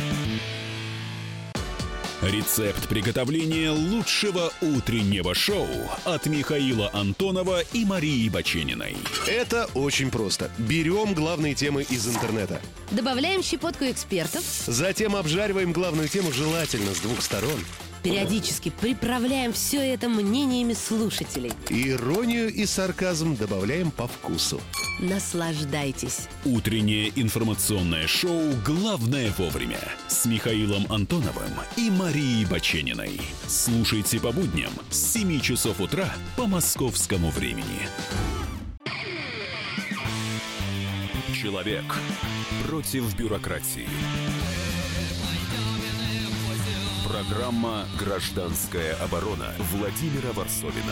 Рецепт приготовления лучшего утреннего шоу от Михаила Антонова и Марии Бачениной. Это очень просто. Берем главные темы из интернета. Добавляем щепотку экспертов. Затем обжариваем главную тему желательно с двух сторон. Периодически приправляем все это мнениями слушателей. Иронию и сарказм добавляем по вкусу. Наслаждайтесь. Утреннее информационное шоу «Главное вовремя» с Михаилом Антоновым и Марией Бачениной. Слушайте по будням с семи часов утра по московскому времени. Человек против бюрократии. Программа «Гражданская оборона» Владимира Варсобина.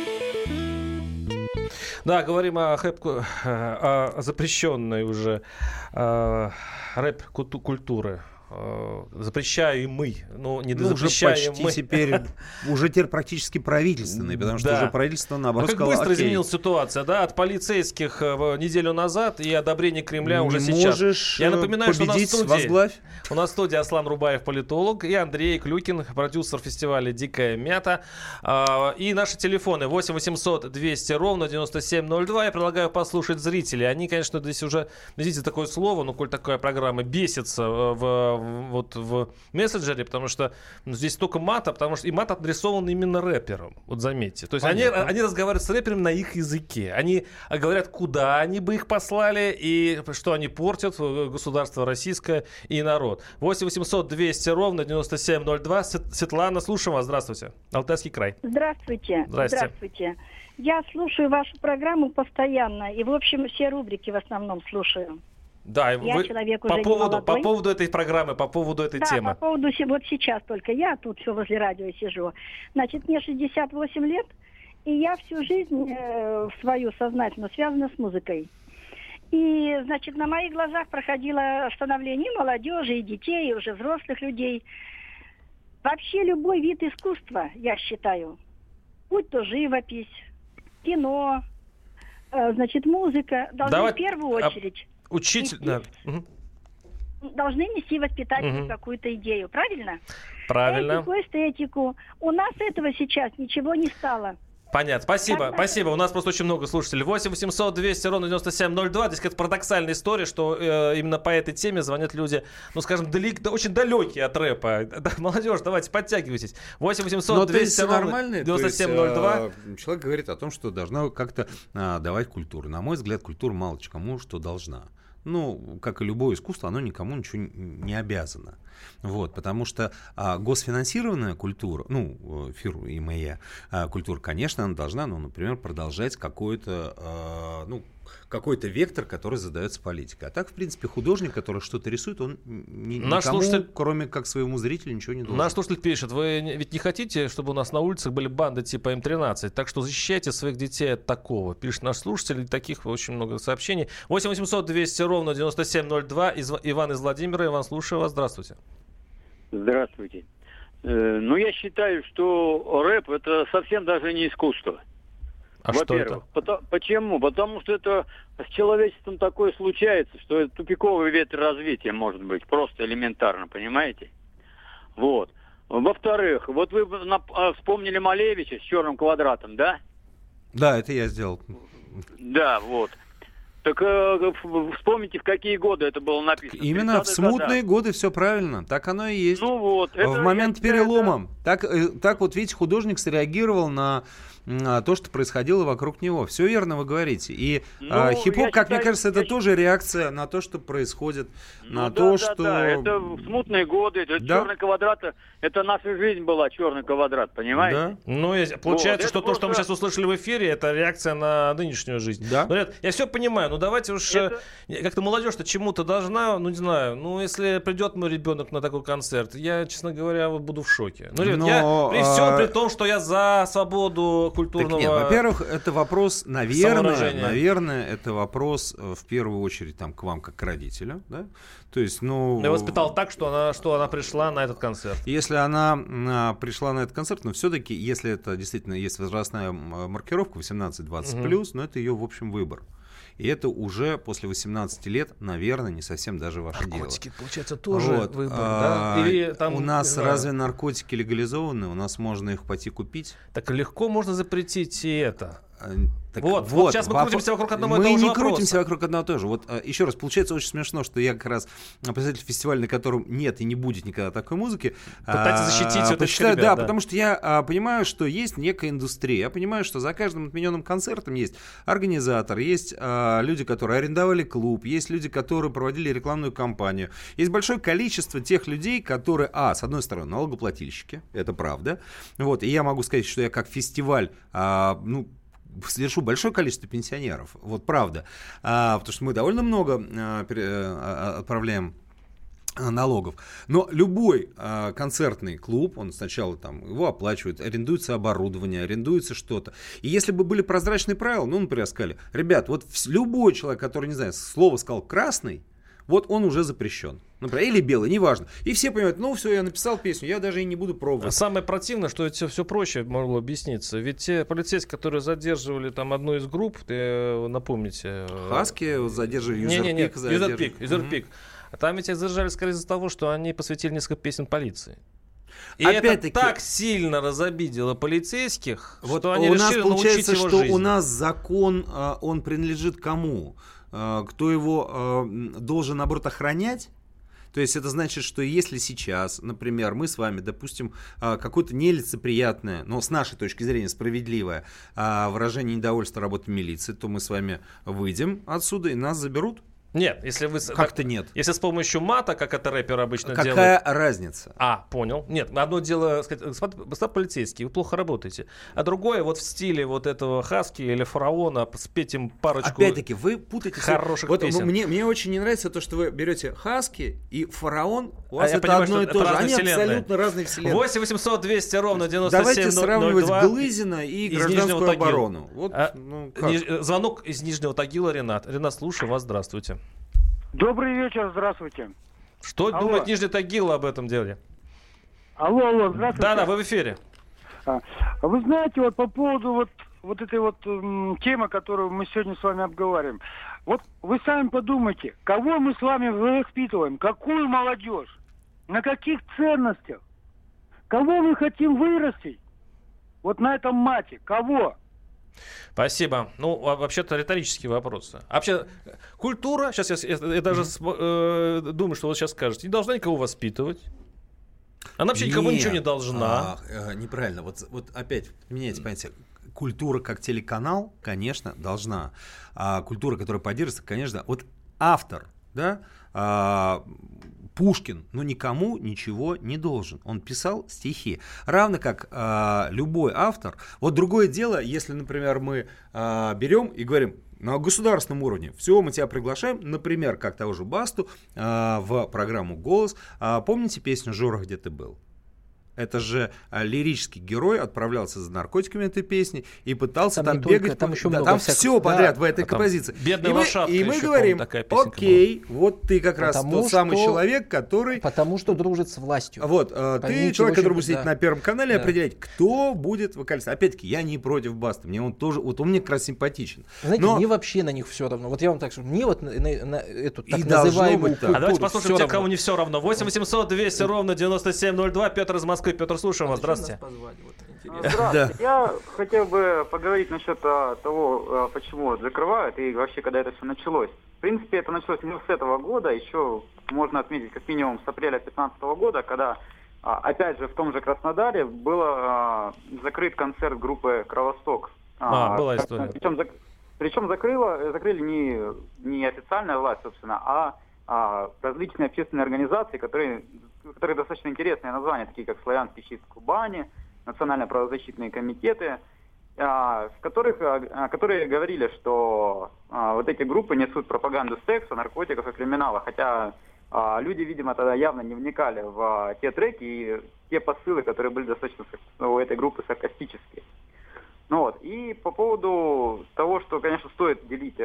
Да, говорим о, хэп, о запрещенной уже э, рэп-культуры. Запрещаемый, но не ну, запрещаемый. Уже почти теперь, уже теперь практически правительственный, потому что да. уже правительство наоборот а сказало, как быстро окей. изменилась ситуация, да, от полицейских неделю назад и одобрение Кремля не уже сейчас. Можешь Я напоминаю, что у нас в студии, возглавь. у нас в студии Аслан Рубаев, политолог, и Андрей Клюкин, продюсер фестиваля «Дикая мята». И наши телефоны восемь восемьсот двести ровно девяносто семь ноль два. Я предлагаю послушать зрителей. Они, конечно, здесь уже, видите, такое слово, ну, коль такая программа, бесится в вот в мессенджере, потому что ну, здесь столько мата, потому что и мат адресован именно рэперам, вот заметьте. То есть они, они разговаривают с рэперами на их языке. Они говорят, куда они бы их послали и что они портят государство российское и народ. восемь восемьсот двести ровно девяносто семь ноль два. Светлана, слушаем вас. Здравствуйте. Алтайский край. Здравствуйте. Здравствуйте. Здравствуйте. Я слушаю вашу программу постоянно и, в общем, все рубрики в основном слушаю. Да, я вы человек по уже поводу, по поводу этой программы, по поводу этой да, темы. по поводу, вот сейчас только я тут все возле радио сижу. Значит, мне шестьдесят восемь лет, и я всю жизнь э, свою сознательно связана с музыкой. И, значит, на моих глазах проходило становление молодежи, и детей, и уже взрослых людей. Вообще любой вид искусства, я считаю, будь то живопись, кино, э, значит, музыка, должны Давай, в первую очередь... Учитель, да. Должны нести воспитательную угу. какую-то идею, правильно? Правильно. Этику, эстетику. У нас этого сейчас ничего не стало. Понятно. Спасибо. Как Спасибо. У нас просто очень много слушателей. восемь восемьсот двести ровно девяносто семь ноль два. Здесь какая-то парадоксальная история, что э, именно по этой теме звонят люди, ну, скажем, далек, да, очень далекие от рэпа. Да, молодежь, давайте, подтягивайтесь. восемь восемьсот двести ровно девяносто семь ноль два. Э, человек говорит о том, что должна как-то э, давать культуру. На мой взгляд, культура мало кому что должна. Ну, как и любое искусство, оно никому ничего не обязано. Вот, потому что а, госфинансированная культура, ну, фирма и моя а, культура, конечно, она должна, ну, например, продолжать какой-то, а, ну, какой-то вектор, который задается политикой. А так, в принципе, художник, который что-то рисует, он ни, никому, слушатель... кроме как своему зрителю, ничего не должен. Наш слушатель пишет, вы ведь не хотите, чтобы у нас на улицах были банды типа эм тринадцать, так что защищайте своих детей от такого. Пишет наш слушатель, и таких очень много сообщений. восемь восемьсот двести ровно девяносто семь ноль два. Иван из Владимира. Иван, слушаю вас. Здравствуйте. Здравствуйте. Э, ну, я считаю, что рэп — это совсем даже не искусство. А что это? Потому, почему? Потому что это с человечеством такое случается, что это тупиковый ветер развития может быть, просто элементарно, понимаете? Вот. Во-вторых, вот вы на, вспомнили Малевича с черным квадратом, да? Да, это я сделал. Да, вот. Так э, вспомните, в какие годы это было написано. Именно в смутные года. годы все правильно. Так оно и есть. Ну вот. В момент перелома. Это... Так, так вот, видите, художник среагировал на, на то, что происходило вокруг него. Все верно вы говорите. И ну, а, хип-хоп, как считаю, мне кажется, это я... тоже реакция на то, что происходит. Ну, на да, то, да, что... да, это в смутные годы. Это да? Черный квадрат, это наша жизнь была, черный квадрат, понимаете? Да. Ну, получается, вот, что то, просто... что мы сейчас услышали в эфире, это реакция на нынешнюю жизнь. Да. Но, нет, я все понимаю, ну давайте уж это... как-то молодежь-то чему-то должна, ну не знаю, ну если придет мой ребенок на такой концерт, я, честно говоря, вот буду в шоке. Ну, ребят, Но, я при всем а... при том, что я за свободу культурного... Нет, во-первых, это вопрос, наверное, наверное, это вопрос в первую очередь там к вам как к родителю, да? То есть, ну... Я воспитал так, что она, что она пришла на этот концерт. Если она а, пришла на этот концерт, но все-таки, если это действительно есть возрастная маркировка восемнадцать-двадцать плюс, но это ее, в общем, выбор. И это уже после восемнадцати лет, наверное, не совсем даже ваше наркотики, дело. Наркотики, получается, тоже вот. Выбор, а, да? Или там, у нас разве наркотики легализованы? У нас можно их пойти купить? Так легко можно запретить и это. Так вот, вот, вот, сейчас мы вопрос... крутимся вокруг одного и того же Мы не вопроса. крутимся вокруг одного и того же. Вот еще раз, получается очень смешно, что я как раз представитель фестиваля, на котором нет и не будет никогда такой музыки. Пытайтесь защитить а, вот этих ребят, да, да, потому что я а, понимаю, что есть некая индустрия. Я понимаю, что за каждым отмененным концертом есть организатор, есть а, люди, которые арендовали клуб, есть люди, которые проводили рекламную кампанию. Есть большое количество тех людей, которые, а, с одной стороны, налогоплательщики, это правда. Вот, и я могу сказать, что я как фестиваль, а, ну, содержу большое количество пенсионеров, вот правда, а, потому что мы довольно много а, пере, а, отправляем налогов. Но любой э, концертный клуб, он сначала там его оплачивает, арендуется оборудование, арендуется что-то. И если бы были прозрачные правила, ну, например, сказали, ребят, вот любой человек, который, не знаю, слово сказал красный, вот он уже запрещен. Например, или белый, неважно. И все понимают, ну все, я написал песню, я даже и не буду пробовать. Самое противное, что это все проще могло объясниться. Ведь те полицейские, которые задерживали там одну из групп, ты, напомните... Хаски задерживали, Юзерпик задерживали. Юзерпик. Там ведь их задержали, скорее, из-за того, что они посвятили несколько песен полиции. И опять-таки, это так сильно разобидело полицейских, вот что они у решили нас получается, научить его что жизни. У нас закон, он принадлежит кому? Кто его должен, наоборот, охранять? То есть это значит, что если сейчас, например, мы с вами допустим какое-то нелицеприятное, но с нашей точки зрения справедливое выражение недовольства работой милиции, то мы с вами выйдем отсюда и нас заберут? Нет, если вы... Как-то нет. Если с помощью мата, как это рэперы обычно Какая делают... Какая разница? А, понял. Нет, одно дело сказать, господа полицейские, вы плохо работаете. А другое, вот в стиле вот этого Хаски или Фараона спеть им парочку Опять-таки, вы путаете хороших вот песен. Мне, мне очень не нравится то, что вы берете Хаски и Фараон, у вас а это понимаю, одно и то же. Они вселенные. Абсолютно разные вселенные. восемь восемьсот двести ровно девяносто семь ноль два. Давайте сравнивать Глызина и гражданскую оборону. Вот, а, ну, как? Звонок из Нижнего Тагила, Ренат. Ренат, слушаю вас, здравствуйте. Добрый вечер, здравствуйте. Что алло. думает Нижний Тагил об этом деле? Алло, алло, здравствуйте. Да-да, вы в эфире. А, вы знаете, вот по поводу вот, вот этой вот м, темы, которую мы сегодня с вами обговариваем. Вот вы сами подумайте, кого мы с вами воспитываем, какую молодежь, на каких ценностях, кого мы хотим вырастить? Вот на этом мате, кого? Спасибо. Ну, вообще-то риторические вопросы. Вообще, культура, сейчас я, я, я даже э, думаю, что вы сейчас скажете, не должна никого воспитывать. Она вообще никому Нет, ничего не должна. А, э, неправильно. Вот, вот опять меняется понятие. Культура как телеканал, конечно, должна. А культура, которая поддерживается, конечно, вот автор, да, а, Пушкин, ну, никому ничего не должен. Он писал стихи. Равно как э, любой автор. Вот другое дело, если, например, мы э, берем и говорим на государственном уровне, все, мы тебя приглашаем, например, как того же Басту, э, в программу «Голос». Э, помните песню «Жора, где ты был»? Это же а, лирический герой отправлялся за наркотиками этой песни и пытался там, там бегать. Только, там еще да, много там всяких... все подряд да, в этой а композиции. Бедная и мы, лошадка. И мы говорим, окей, была. Вот ты как потому раз тот что... самый человек, который... Потому что дружит с властью. Вот, а, ты человек, который будет сидеть да. на Первом канале и да. определять, кто будет вокалистом. Опять-таки, я не против Басты, мне он тоже, вот он мне как раз симпатичен. Знаете, Но... мне вообще на них все равно. Вот я вам так скажу, мне вот на, на, на эту так и называемую культуру. А давайте послушаем тех, кому не все равно. восемь восемьсот двести ровно девяносто семь ноль два. Петр из Москвы. Петр, слушаем вас. Здравствуйте. Здравствуйте. Я хотел бы поговорить насчет а, того, а, почему закрывают и вообще, когда это все началось. В принципе, это началось не с этого года, еще можно отметить как минимум с апреля две тысячи пятнадцатого года, когда, а, опять же, в том же Краснодаре был а, закрыт концерт группы «Кровосток». А, а была история. Причем, зак... причем закрыла, закрыли не, не официальная власть, собственно, а, а различные общественные организации, которые... у которых достаточно интересные названия, такие как «Славянский щит Кубани», национальные правозащитные комитеты, в которых, которые говорили, что вот эти группы несут пропаганду секса, наркотиков и криминала, хотя люди, видимо, тогда явно не вникали в те треки и те посылы, которые были достаточно у этой группы саркастические. Ну вот. И по поводу того, что, конечно, стоит делить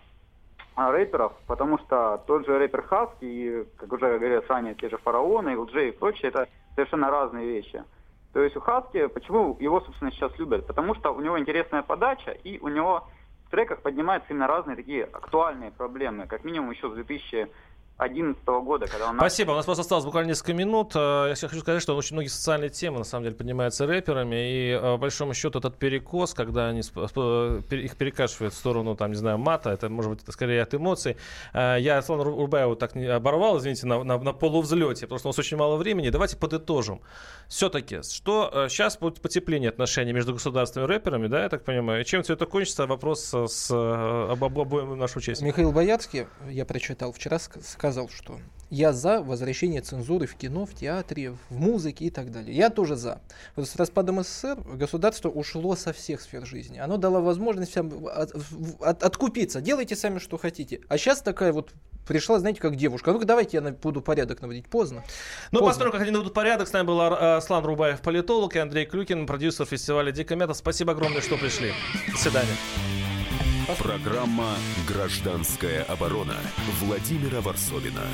рэперов, потому что тот же рэпер Хаски и, как уже говорилось ранее, те же Фараоны, эл джей и прочее, это совершенно разные вещи. То есть у Хаски, почему его, собственно, сейчас любят? Потому что у него интересная подача, и у него в треках поднимаются именно разные такие актуальные проблемы, как минимум еще с две тысячи одиннадцатого года, когда он... Спасибо, у нас просто осталось буквально несколько минут. Я хочу сказать, что очень многие социальные темы, на самом деле, поднимаются рэперами, и, по большому счету, этот перекос, когда они их перекашивают в сторону, там, не знаю, мата, это, может быть, это скорее от эмоций. Я Аслана Урбаева так не оборвал, извините, на, на, на полувзлете, потому что у нас очень мало времени. Давайте подытожим. Все-таки, что сейчас будет потепление отношений между государством и рэперами, да, я так понимаю, и чем все это кончится, вопрос с об, об, обоим нашим участникам. Михаил Боярский, я прочитал вчера, сказал, сказал, что я за возвращение цензуры в кино, в театре, в музыке и так далее. Я тоже за. Вот с распадом СССР государство ушло со всех сфер жизни. Оно дало возможность всем от, от, откупиться. Делайте сами, что хотите. А сейчас такая вот пришла, знаете, как девушка. Ну-ка, давайте я буду порядок наводить. Поздно. Ну, Поздно. посмотрим, как они наведут порядок. С нами был Аслан Рубаев, политолог, и Андрей Клюкин, продюсер фестиваля «Дико Мета». Спасибо огромное, что пришли. До свидания. Программа «Гражданская оборона» Владимира Варсобина.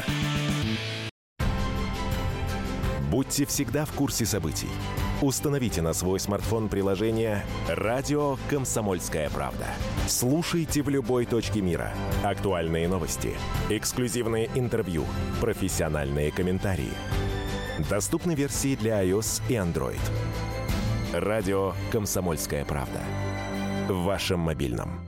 Будьте всегда в курсе событий. Установите на свой смартфон приложение «Радио Комсомольская правда». Слушайте в любой точке мира. Актуальные новости, эксклюзивные интервью, профессиональные комментарии. Доступны версии для iOS и Android. «Радио Комсомольская правда». В вашем мобильном.